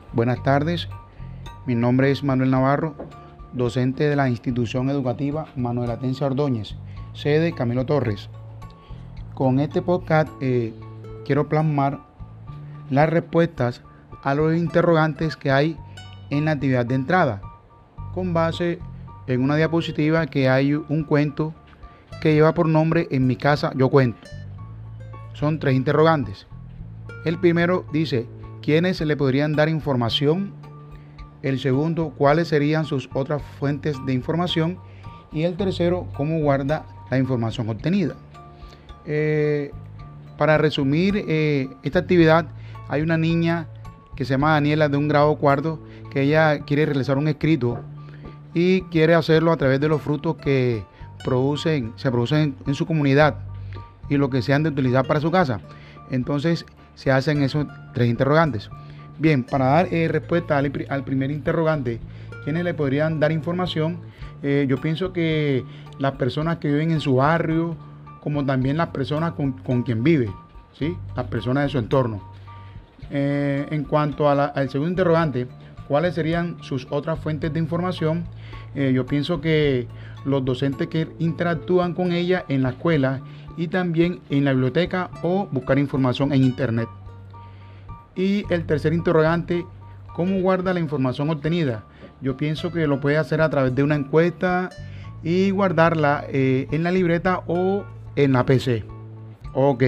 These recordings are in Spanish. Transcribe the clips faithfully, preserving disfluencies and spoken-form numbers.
Buenas tardes, mi nombre es Manuel Navarro, docente de la institución educativa Manuel Atencio Ordóñez, sede Camilo Torres. Con este podcast eh, quiero plasmar las respuestas a los interrogantes que hay en la actividad de entrada, con base en una diapositiva que hay un cuento que lleva por nombre En mi casa yo cuento. Son tres interrogantes. El primero dice: ¿quiénes le podrían dar información? El segundo, ¿cuáles serían sus otras fuentes de información? Y el tercero, ¿cómo guarda la información obtenida? Eh, para resumir eh, esta actividad, hay una niña que se llama Daniela, de un grado cuarto, que ella quiere realizar un escrito y quiere hacerlo a través de los frutos que producen, se producen en su comunidad y lo que se han de utilizar para su casa. Entonces se hacen esos tres interrogantes. Bien, para dar eh, respuesta al, al primer interrogante, ¿quiénes le podrían dar información? Eh, yo pienso que las personas que viven en su barrio, como también las personas con, con quien vive, ¿sí? Las personas de su entorno. Eh, en cuanto a la, al segundo interrogante, ¿cuáles serían sus otras fuentes de información? Eh, yo pienso que los docentes que interactúan con ella en la escuela y también en la biblioteca o buscar información en internet. Y el tercer interrogante, ¿cómo guarda la información obtenida? Yo pienso que lo puede hacer a través de una encuesta y guardarla eh, en la libreta o en la P C. Ok.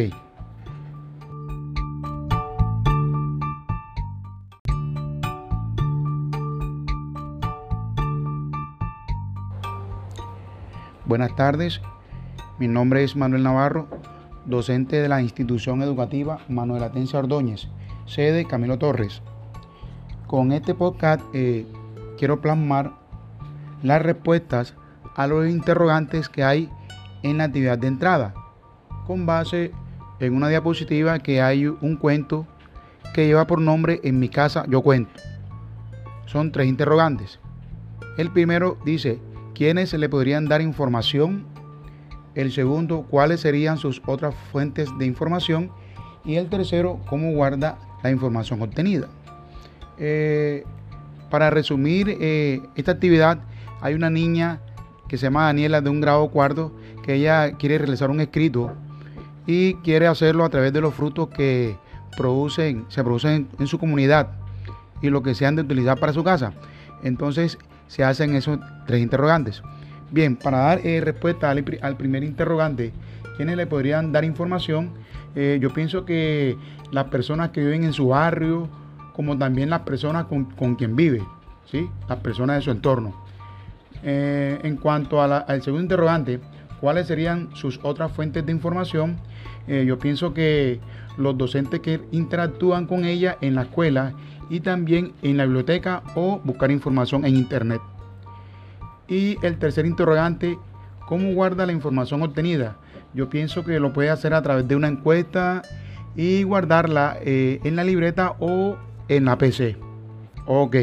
Buenas tardes, mi nombre es Manuel Navarro, docente de la institución educativa Manuel Atencio Ordóñez, sede Camilo Torres. Con este podcast eh, quiero plasmar las respuestas a los interrogantes que hay en la actividad de entrada, con base en una diapositiva que hay un cuento que lleva por nombre En mi casa yo cuento. Son tres interrogantes. El primero dice: ¿quiénes le podrían dar información? El segundo, ¿cuáles serían sus otras fuentes de información? Y el tercero, ¿cómo guarda la información obtenida? Eh, para resumir eh, esta actividad, hay una niña que se llama Daniela, de un grado cuarto, que ella quiere realizar un escrito y quiere hacerlo a través de los frutos que producen, se producen en su comunidad y lo que se han de utilizar para su casa. Entonces se hacen esos tres interrogantes. Bien, para dar eh, respuesta al, al primer interrogante, ¿quiénes le podrían dar información? Eh, yo pienso que las personas que viven en su barrio, como también las personas con, con quien vive, ¿sí? Las personas de su entorno. Eh, en cuanto a la, al segundo interrogante, ¿cuáles serían sus otras fuentes de información? Eh, yo pienso que los docentes que interactúan con ella en la escuela y también en la biblioteca o buscar información en internet. Y el tercer interrogante, ¿cómo guarda la información obtenida? Yo pienso que lo puede hacer a través de una encuesta y guardarla eh, en la libreta o en la P C. Ok.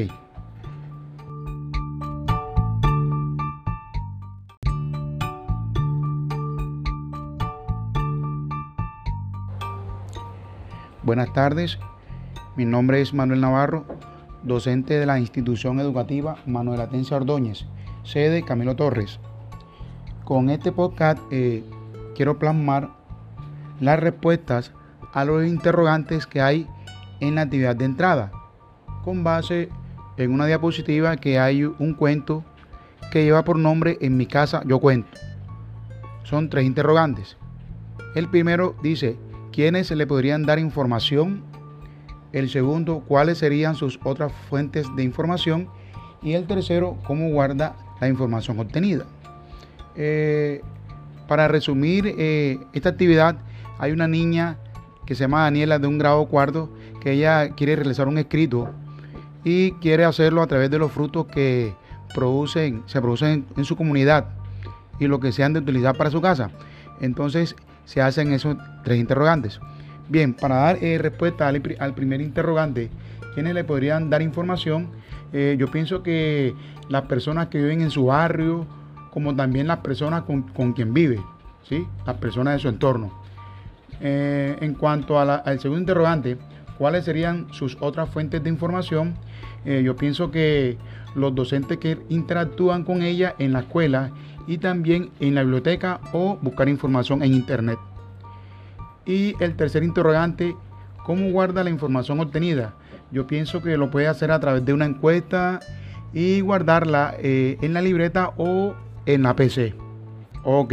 Buenas tardes, mi nombre es Manuel Navarro, docente de la institución educativa Manuel Atencio Ordóñez, sede Camilo Torres. Con este podcast eh, quiero plasmar las respuestas a los interrogantes que hay en la actividad de entrada, con base en una diapositiva que hay un cuento que lleva por nombre En mi casa yo cuento. Son tres interrogantes. El primero dice: ¿quiénes le podrían dar información? El segundo, ¿cuáles serían sus otras fuentes de información? Y el tercero, ¿cómo guarda la información obtenida? Eh, para resumir eh, esta actividad, hay una niña que se llama Daniela, de un grado cuarto, que ella quiere realizar un escrito y quiere hacerlo a través de los frutos que producen, se producen en su comunidad y lo que se han de utilizar para su casa. Entonces se hacen esos tres interrogantes. Bien, para dar eh, respuesta al, al primer interrogante, ¿quiénes le podrían dar información? Eh, yo pienso que las personas que viven en su barrio, como también las personas con, con quien vive, ¿sí? Las personas de su entorno. Eh, en cuanto a la, al segundo interrogante, cuáles serían sus otras fuentes de información. Eh, yo pienso que los docentes que interactúan con ella en la escuela y también en la biblioteca o buscar información en internet. Y el tercer interrogante, ¿cómo guarda la información obtenida? Yo pienso que lo puede hacer a través de una encuesta y guardarla eh, en la libreta o en la P C. Ok.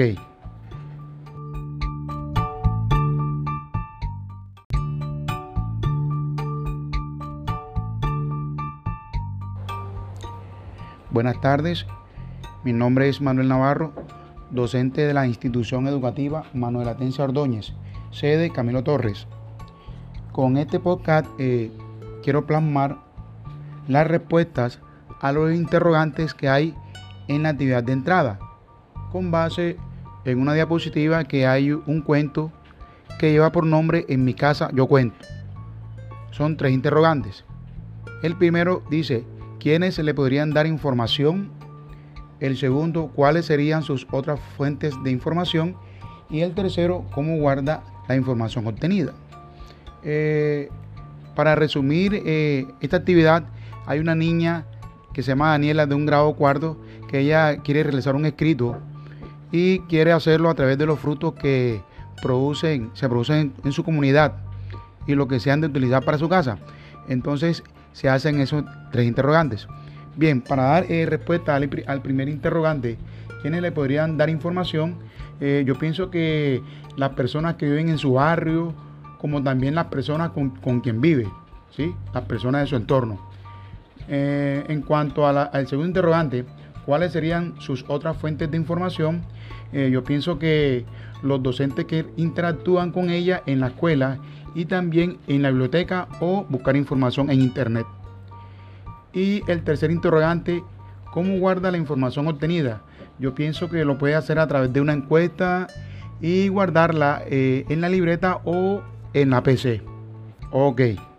Buenas tardes, mi nombre es Manuel Navarro, docente de la institución educativa Manuel Atencio Ordóñez, sede Camilo Torres. Con este podcast eh, quiero plasmar las respuestas a los interrogantes que hay en la actividad de entrada, con base en una diapositiva que hay un cuento que lleva por nombre En mi casa yo cuento. Son tres interrogantes. El primero dice, ¿quiénes le podrían dar información? El segundo, ¿cuáles serían sus otras fuentes de información? Y el tercero, ¿cómo guarda la información obtenida? Eh, para resumir eh, esta actividad, hay una niña que se llama Daniela de un grado cuarto que ella quiere realizar un escrito y quiere hacerlo a través de los frutos que producen, se producen en, en su comunidad y lo que se han de utilizar para su casa. Entonces se hacen esos tres interrogantes. Bien, para dar eh, respuesta al, al primer interrogante, ¿quiénes le podrían dar información? Eh, yo pienso que las personas que viven en su barrio, como también las personas con, con quien vive, ¿sí? Las personas de su entorno. Eh, en cuanto a la, al segundo interrogante, ¿cuáles serían sus otras fuentes de información? Eh, yo pienso que los docentes que interactúan con ella en la escuela y también en la biblioteca o buscar información en internet. Y el tercer interrogante, ¿cómo guarda la información obtenida? Yo pienso que lo puede hacer a través de una encuesta y guardarla eh, en la libreta o en la P C. Ok.